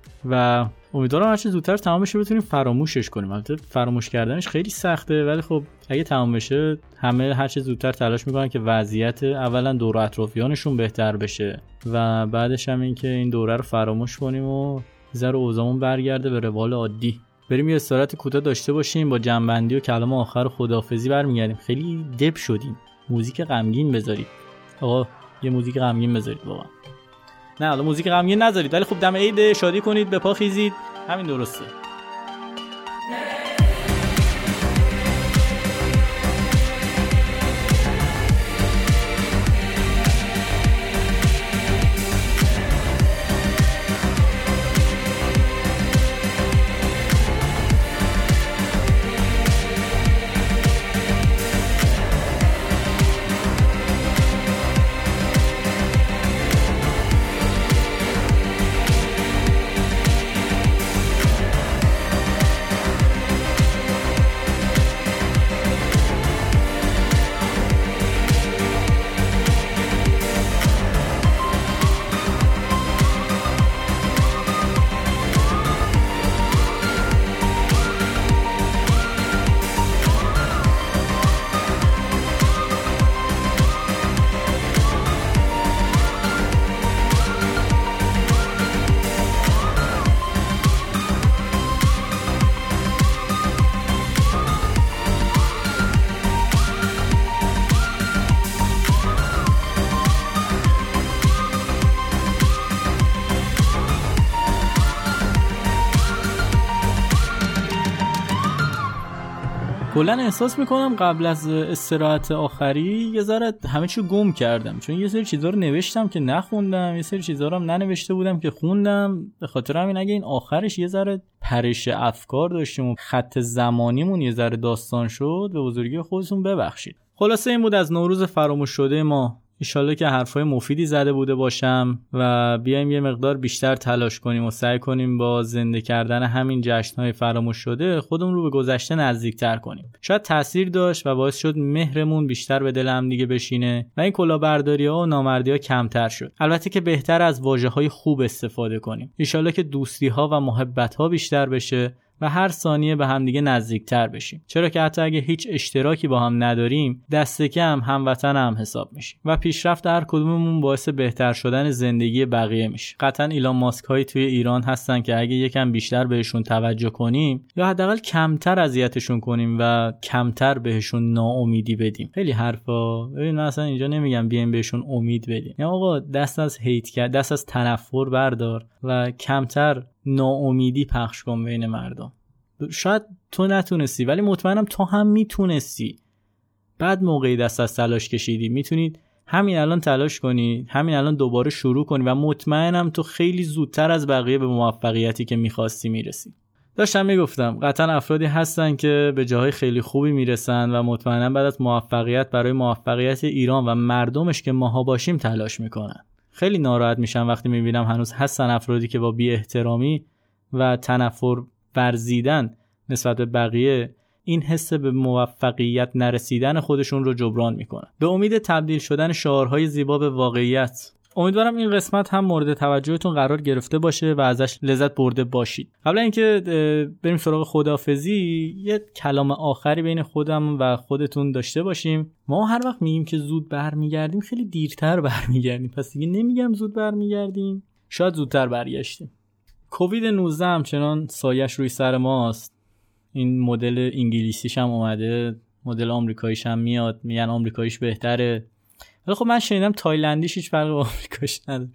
و امیدوارم هر چه زودتر تمام بشه بتونیم فراموشش کنیم. البته فراموش کردنش خیلی سخته، ولی خب اگه تمام بشه همه هر چه زودتر تلاش میکنن که وضعیت اولا دور و اطرافیانشون بهتر بشه و بعدش هم این که این دوره رو فراموش کنیم و ذره اوضاعمون برگرده به روال عادی. بریم یه استراحت کوتاه داشته باشیم، با جنبندی و کلام آخر و خداحافظی برمیگردیم. خیلی دپ شدیم. موزیک غمگین بذارید. آقا یه موزیک غمگین بذارید واقعا. نه حالا موزیک غمگین نذارید، ولی خب دم عید شادی کنید، به پا خیزید، همین درسته. کلا احساس میکنم قبل از استراحت آخری یه ذره همه چی گم کردم، چون یه سری چیزا رو نوشتم که نخوندم، یه سری چیزا رو هم ننوشته بودم که خوندم. به خاطر همین اگه این آخرش یه ذره پرش افکار داشتیم و خط زمانیمون یه ذره داستان شد، به بزرگی خودتون ببخشید. خلاصه این بود از نوروز فراموش شده ما. ایشالله که حرفای مفیدی زده بوده باشم و بیایم یه مقدار بیشتر تلاش کنیم و سعی کنیم با زنده کردن همین جشن‌های فراموش شده خودمون رو به گذشته نزدیک‌تر کنیم. شاید تأثیر داشت و باعث شد مهرمون بیشتر به دل هم دیگه بشینه و این کلاهبرداری‌ها و نامردی‌ها کمتر شد. البته که بهتر از واژه‌های خوب استفاده کنیم. ایشالله که دوستی‌ها و محبت‌ها بیشتر بشه و هر ثانیه به هم دیگه نزدیکتر بشیم، چرا که حتی اگه هیچ اشتراکی با هم نداریم دست کم هموطن هم حساب میشیم و پیشرفت هر کدوممون باعث بهتر شدن زندگی بقیه میشه. قطعا ایلان ماسک هایی توی ایران هستن که اگه یکم بیشتر بهشون توجه کنیم یا حداقل کمتر اذیتشون کنیم و کمتر بهشون ناامیدی بدیم. خیلی حرفا، ببین من اصلا اینجا نمیگم بیایم بهشون امید بدیم، یا آقا دست از هیت کرد، دست از تنفر بردار و کمتر ناامیدی پخش کن بین مردم. شاید تو نتونستی ولی مطمئنم تو هم میتونستی. بعد موقعی دست از تلاش کشیدی، میتونید همین الان تلاش کنی، همین الان دوباره شروع کنی و مطمئنم تو خیلی زودتر از بقیه به موفقیتی که میخواستی میرسی. داشتم میگفتم قطعا افرادی هستن که به جاهای خیلی خوبی میرسن و مطمئنم بعد از موفقیت برای موفقیت ایران و مردمش که ماها باشیم تلاش میکنن. خیلی ناراحت میشم وقتی میبینم هنوز هستن افرادی که با بی احترامی و تنفر ورزیدن نسبت به بقیه این حس به موفقیت نرسیدن خودشون رو جبران میکنن به امید تبدیل شدن شعارهای زیبا به واقعیت. امیدوارم این قسمت هم مورد توجهتون قرار گرفته باشه و ازش لذت برده باشید. قبل اینکه بریم سراغ خداحافظی یه کلام آخری بین خودم و خودتون داشته باشیم. ما هر وقت میگیم که زود برمیگردیم خیلی دیرتر برمیگردیم، پس دیگه نمیگم زود برمیگردیم، شاید زودتر برگشتیم. کووید نوزده همچنان سایش روی سر ماست. این مدل انگلیسیش هم اومده، مدل آمریکاییش هم میاد، میگن آمریکاییش بهتره، ولی خب من شنیدم تایلندیش هیچ فرقی با آمریکاییش نداره.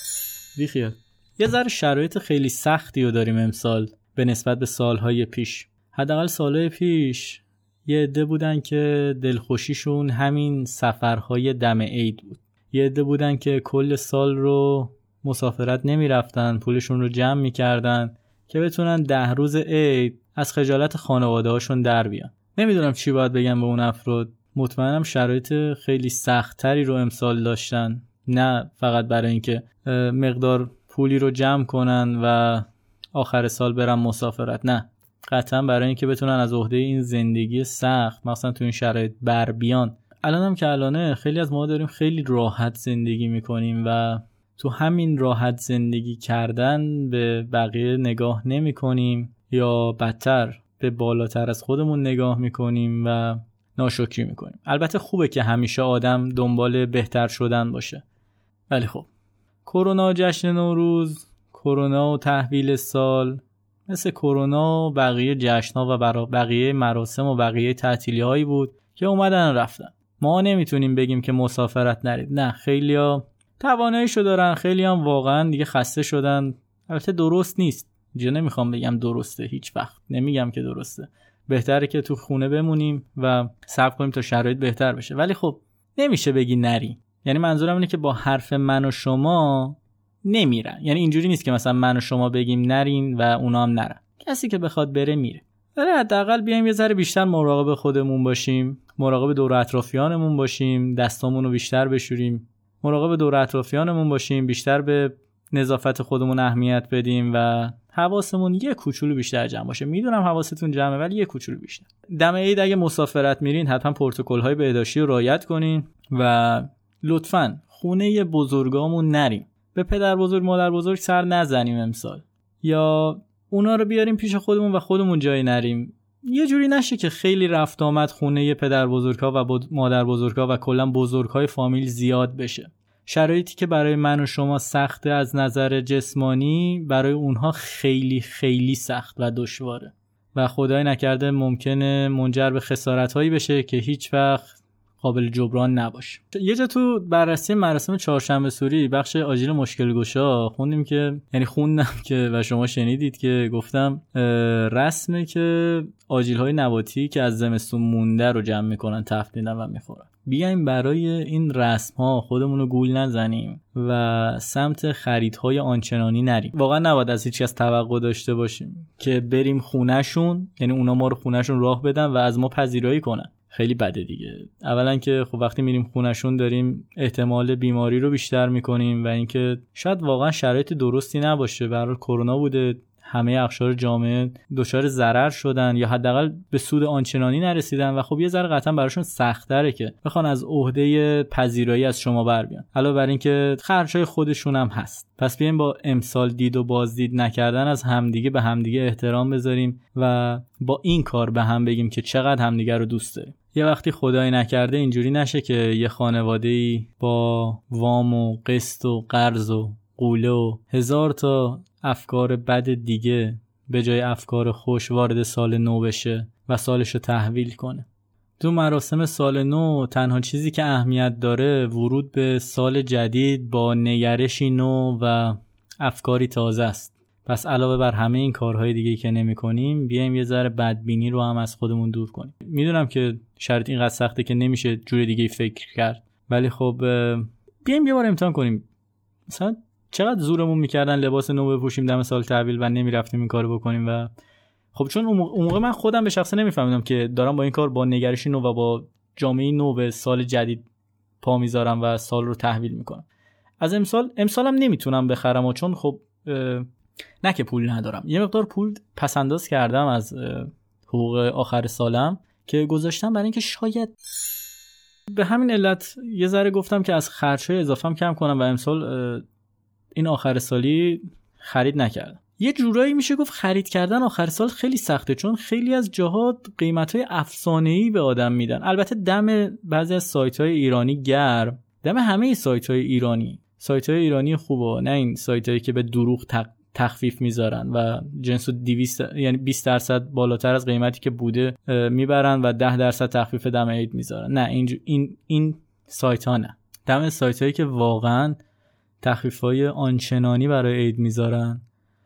بیخیال. یه ذره شرایط خیلی سختی رو داریم امسال به نسبت به سالهای پیش. حداقل سالهای پیش یه عده بودن که دلخوشیشون همین سفرهای دم عید بود. یه عده بودن که کل سال رو مسافرت نمی رفتن، پولشون رو جمع می کردن که بتونن ده روز عید از خجالت خانواده هاشون در بیان. نمیدونم چی باید بگم به اون افراد. مطمئنم شرایط خیلی سخت‌تری رو امسال داشتن، نه فقط برای اینکه مقدار پولی رو جمع کنن و آخر سال برن مسافرت، نه قطعا برای اینکه بتونن از عهده این زندگی سخت مثلا تو این شرایط بر بیان. الان هم که الانه خیلی از ما داریم خیلی راحت زندگی میکنیم و تو همین راحت زندگی کردن به بقیه نگاه نمی کنیم یا بدتر به بالاتر از خودمون نگاه میکنیم و ناشکری میکنیم. البته خوبه که همیشه آدم دنبال بهتر شدن باشه، ولی خب کرونا، جشن نوروز، کرونا و تحویل سال، مثل کرونا و بقیه جشن‌ها و بقیه مراسم و بقیه تعطیلی‌هایی بود که اومدن رفتن. ما نمیتونیم بگیم که مسافرت نرید. نه، خیلی‌ها تواناییشو دارن، خیلی‌ها هم واقعا دیگه خسته شدن. البته درست نیست. اینجا نمیخوام بگم درسته، هیچ وقت نمیگم که درسته. بهتره که تو خونه بمونیم و صبر کنیم تا شرایط بهتر بشه، ولی خب نمیشه بگی نری. یعنی منظورم اینه که با حرف من و شما نمیرن. یعنی اینجوری نیست که مثلا من و شما بگیم نرین و اونا هم نرن. کسی که بخواد بره میره. ولی حداقل بیایم یه ذره بیشتر مراقب خودمون باشیم، مراقب دور اطرافیانمون باشیم، دستامون رو بیشتر بشوریم، مراقب دور اطرافیانمون باشیم، بیشتر به نظافت خودمون اهمیت بدیم و حواسمون یه کوچولو بیشتر جمع باشه. میدونم حواستون جمعه ولی یه کوچولو بیشتر. دم عید اگه مسافرت میرین حتما پروتکل‌های بهداشتی رو رعایت کنین و لطفاً خونه بزرگامون نریم. به پدر بزرگ مادر بزرگ سر نزنیم امسال، یا اونا رو بیاریم پیش خودمون و خودمون جای نریم. یه جوری نشه که خیلی رفت آمد خونه پدر بزرگ‌ها و مادر بزرگ‌ها و کلا بزرگ‌های فامیل زیاد بشه. شرایطی که برای من و شما سخته از نظر جسمانی، برای اونها خیلی خیلی سخت و دشواره و خدای نکرده ممکنه منجر به خسارت‌هایی بشه که هیچ وقت قابل جبران نباشه. یه جا تو بررسی مراسم چهارشنبه سوری بخش آجیل مشکل گشا خوندیم که یعنی خوندم که و شما شنیدید که گفتم رسمه که آجیل‌های نباتی که از زمستون مونده رو جمع میکنن، تفت میدن و میخورن. بیایم برای این رسم‌ها خودمون رو گول نزنیم و سمت خریدهای آنچنانی نریم. واقعا نباید از هیچ کس توقع داشته باشیم که بریم خونه‌شون، یعنی اونا ما رو خونه‌شون راه بدن و از ما پذیرایی کنن. خیلی بده دیگه. اولا که خب وقتی میریم خونه‌شون داریم احتمال بیماری رو بیشتر میکنیم و اینکه شاید واقعا شرایط درستی نباشه. به هر حال کرونا بوده، همه اقشار جامعه دچار ضرر شدن یا حداقل به سود آنچنانی نرسیدن و خب یه ذره قطعا براشون سخت‌تره که بخوان از عهده پذیرایی از شما بر بیان، علاوه بر اینکه خرجای خودشون هم هست. پس بیایم با امسال دید و بازدید نکردن از همدیگه به همدیگه احترام بذاریم و با این کار به هم بگیم که چقدر همدیگه رو دوست داریم. یه وقتی خدای نکرده اینجوری نشه که یه خانواده‌ای با وام و قسط و قرض و قوله و هزار تا افکار بد دیگه به جای افکار خوش وارد سال نو بشه و سالشو تحویل کنه. تو مراسم سال نو تنها چیزی که اهمیت داره ورود به سال جدید با نگرشی نو و افکاری تازه است. پس علاوه بر همه این کارهای دیگه که نمی کنیم بیایم یه ذره بدبینی رو هم از خودمون دور کنیم. میدونم که شرط اینقدر سخته که نمیشه جور دیگه فکر کرد، ولی خب بیایم یه بار امتحان کنیم. مثلا چقدر زورمون میکردن لباس نو بپوشیم دم سال تحویل و نمیرفتیم این کارو بکنیم و خب چون اون موقع من خودم به شخصه نمیفهمیدم که دارم با این کار با نگرشی نو و با جامعه نو به سال جدید پا میذارم و سال رو تحویل میکنم. از امسال امسالم نمیتونم بخرم و چون خب نه که پول ندارم، یه مقدار پول پس انداز کردم از حقوق آخر سالم که گذاشتم برای اینکه شاید به همین علت یه ذره گفتم که از خرج‌های اضافه‌ام کم کنم و امسال این آخر سالی خرید نکردم. یه جورایی میشه گفت خرید کردن آخر سال خیلی سخته چون خیلی از جاها قیمت‌های افسانه‌ای به آدم میدن. البته دم بعضی از سایت‌های ایرانی گرم، دم همه سایت‌های ایرانی، سایت‌های ایرانی خوبه، نه این سایت‌هایی که به دروغ تق... تخفیف میذارن و جنس دویست یعنی بیست درصد بالاتر از قیمتی که بوده میبرن و ده درصد تخفیف دم عید میذارن. نه این این این سایت‌ها نه. دم سایت‌هایی که واقعاً تخفیف‌های آنچنانی برای عید میذارن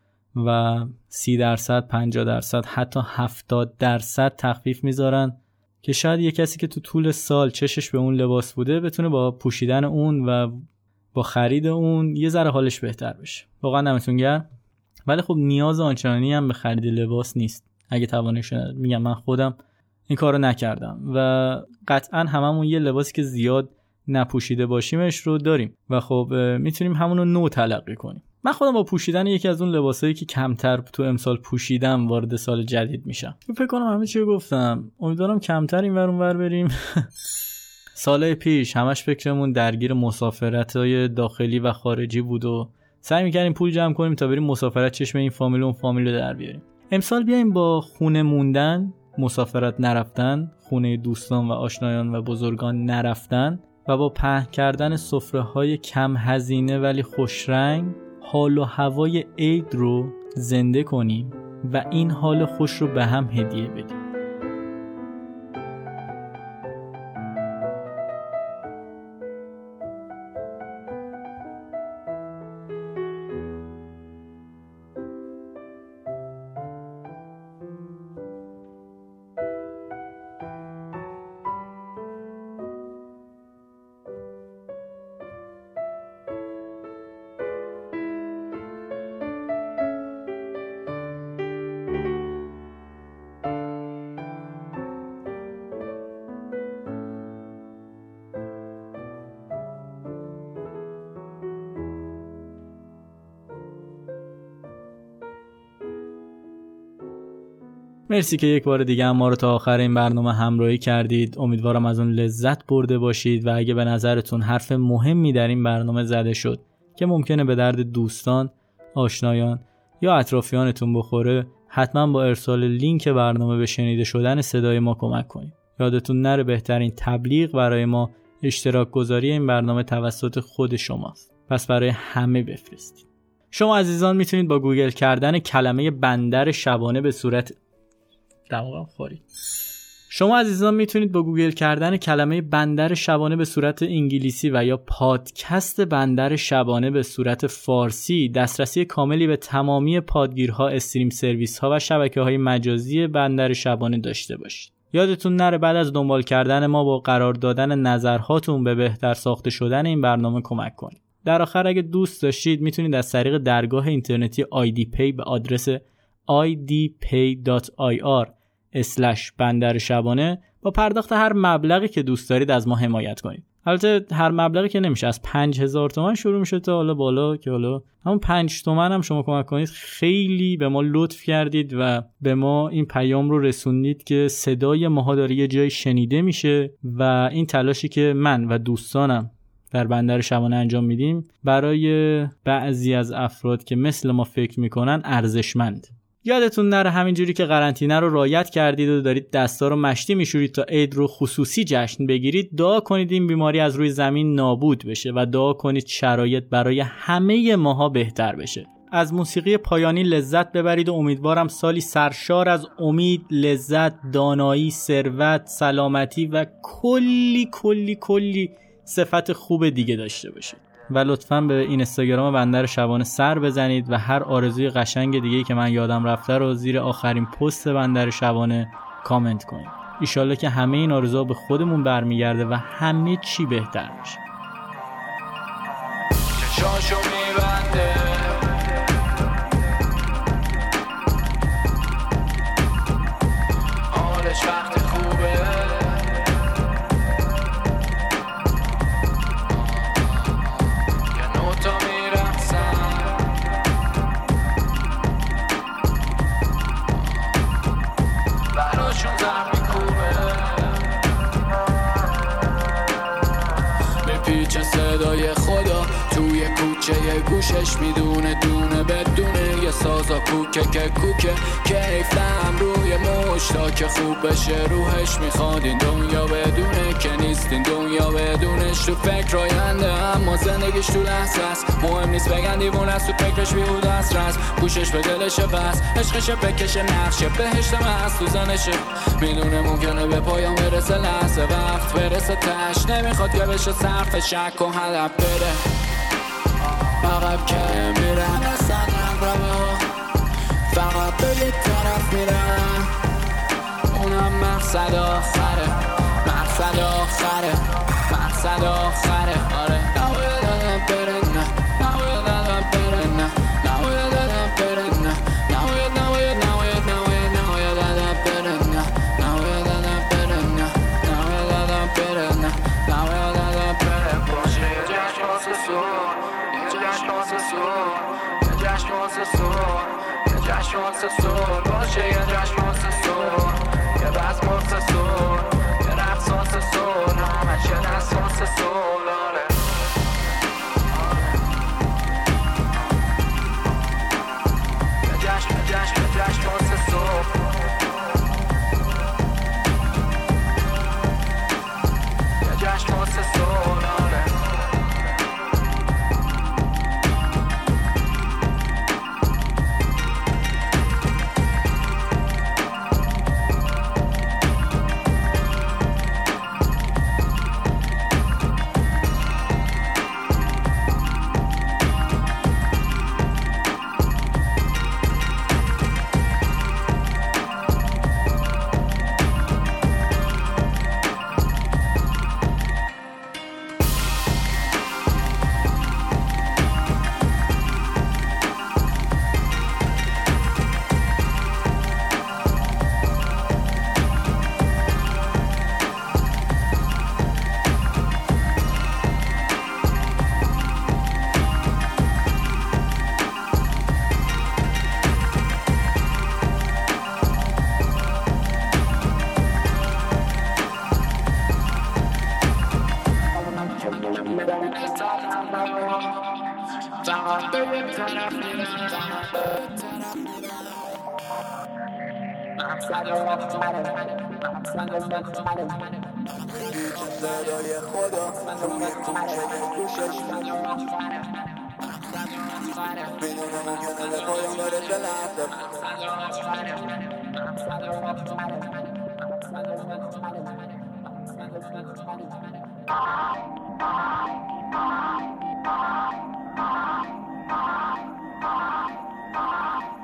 و سی درصد، پنجاه درصد، حتی هفتاد درصد تخفیف میذارن که شاید یه کسی که تو طول سال چشش به اون لباس بوده بتونه با پوشیدن اون و با خرید اون یه ذره حالش بهتر بشه. واقعا نمیتون گرم، ولی خب نیاز آنچنانی هم به خرید لباس نیست اگه توانش نداری. میگم من خودم این کارو نکردم و قطعا هممون یه لباسی که زیاد نپوشیده باشیمش رو داریم و خب میتونیم همونو نو تلقی کنیم. من خودم با پوشیدن یکی از اون لباسایی که کمتر تو امسال پوشیدم وارد سال جدید میشم. فکر کنم همه چی رو گفتم. امیدوارم کمتر این ور اون ور بریم. سالهای پیش همش فکرمون درگیر مسافرت‌های داخلی و خارجی بود و سعی می‌کردیم پول جمع کنیم تا بریم مسافرت چشم این فامیل و اون فامیل رو در بیاریم. امسال بیایم با خونه موندن، مسافرت نرفتن، خونه دوستان و آشنایان و بزرگان نرفتن و با پهن کردن سفره‌های کم هزینه ولی خوش رنگ حال و هوای عید رو زنده کنیم و این حال خوش رو به هم هدیه بدیم. مرسی که یک بار دیگه هم ما رو تا آخر این برنامه همراهی کردید. امیدوارم از اون لذت برده باشید و اگه به نظرتون حرف مهمی در این برنامه زده شد که ممکنه به درد دوستان، آشنایان یا اطرافیانتون بخوره، حتما با ارسال لینک برنامه به شنیده شدن صدای ما کمک کنید. یادتون نره بهترین تبلیغ برای ما اشتراک گذاری این برنامه توسط خود شماست. پس برای همه بفرستید. شما عزیزان میتونید با گوگل کردن کلمه بندر شبانه به صورت دماغم خوری شما عزیزان میتونید با گوگل کردن کلمه بندر شبانه به صورت انگلیسی و یا پادکست بندر شبانه به صورت فارسی دسترسی کاملی به تمامی پادگیرها، استریم سرویس ها و شبکه‌های مجازی بندر شبانه داشته باشید. یادتون نره بعد از دنبال کردن ما با قرار دادن نظرهاتون به بهتر ساخته شدن این برنامه کمک کنید. در آخر اگه دوست داشتید میتونید از طریق درگاه اینترنتی آیدی پی به آدرس آی دی پی دات آی آر اسلش بندر شبانه با پرداخت هر مبلغی که دوست دارید از ما حمایت کنید. البته هر مبلغی که نمیشه، از پنج هزار تومان شروع میشه تا حالا بالا که حالا همون پنج تومن هم شما کمک کنید. خیلی به ما لطف کردید و به ما این پیام رو رسوندید که صدای ماها داره یه جای شنیده میشه و این تلاشی که من و دوستانم در بندر شبانه انجام میدیم برای بعضی از افراد که مثل ما فکر میکنن ارزشمند. یادتون نره همینجوری که قرنطینه رو رعایت کردید و دارید دستا رو مشتی میشورید تا عید رو خصوصی جشن بگیرید، دعا کنید این بیماری از روی زمین نابود بشه و دعا کنید شرایط برای همه ماها بهتر بشه. از موسیقی پایانی لذت ببرید و امیدوارم سالی سرشار از امید، لذت، دانایی، ثروت، سلامتی و کلی کلی کلی صفت خوب دیگه داشته باشید. و لطفاً به این اینستاگرام بندر شبانه سر بزنید و هر آرزوی قشنگ دیگه‌ای که من یادم رفته رو زیر آخرین پست بندر شبانه کامنت کنید. ایشالله که همه این آرزوها به خودمون برمیگرده و همه چی بهتر میشه. چشاشو میبنده حالش وقت خوبه پیچ صدای خدا توی کوچه یه گوشش میدونه دونه بدونه یه سازا کوکه که کوکه کیفم روی مشتا که خوب بشه روحش میخواد این دنیا بدونه که نیست این دنیا بدونش تو فکر آینده اما زندگیش تو لحظه است مهم نیست بگن دیوونه است تو فکرش بیهوده است رست گوشش به دلشه بس عشقشه بکشه نقشه بهشتم هست تو زنشه میدونه ممکنه به پایان برسه لحظه وقت برسه تش نمیخواد که بشه صرف شک و حلب بره عقب که میرن اصلا نقربه ها فقط به یک طرف میرن اونم مقصد آخره مقصد آخره مقصد آخره آره نباید آدم بره نه نباید آدم بره نه نباید آدم بره نه نباید نباید نباید نباید نباید آدم بره نه نباید آدم بره نه نباید آدم بره نه نباید آدم بره باشه یه جشن واسه سور یه جشن واسه سور یه جشن واسه سور یه جشن واسه سور باشه یه جشن واسه سور یه بزم واسه سور یه رقص واسه سور همه چه دست واسه سور آره یه جشن یه جشن یه جشن واسه سور یه جشن واسه سور آره صدای خدا توی کوچه گوشش میدونه ممکنه به پایان برسه لحظه Bye.